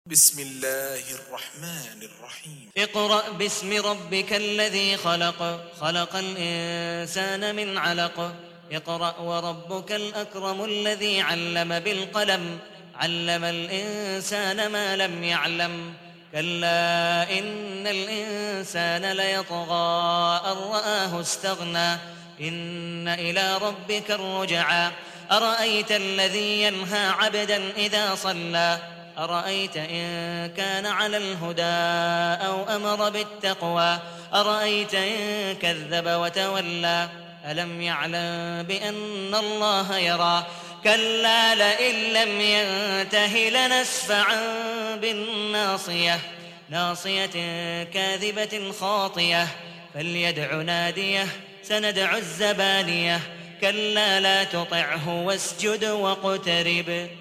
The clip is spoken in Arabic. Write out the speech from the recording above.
بسم الله الرحمن الرحيم اقرأ باسم ربك الذي خلق خلق الإنسان من علق اقرأ وربك الأكرم الذي علم بالقلم علم الإنسان ما لم يعلم كلا إن الإنسان ليطغى أن رآه استغنى إن إلى ربك الرجعى أرأيت الذي ينهى عبدا إذا صلى أرأيت إن كان على الهدى أو أمر بالتقوى أرأيت إن كذب وتولى ألم يعلم بأن الله يرى كلا لئن لم ينته لنسفعا بالناصية ناصية كاذبة خاطية فليدع ناديه سندع الزبانية كلا لا تطعه واسجد واقترب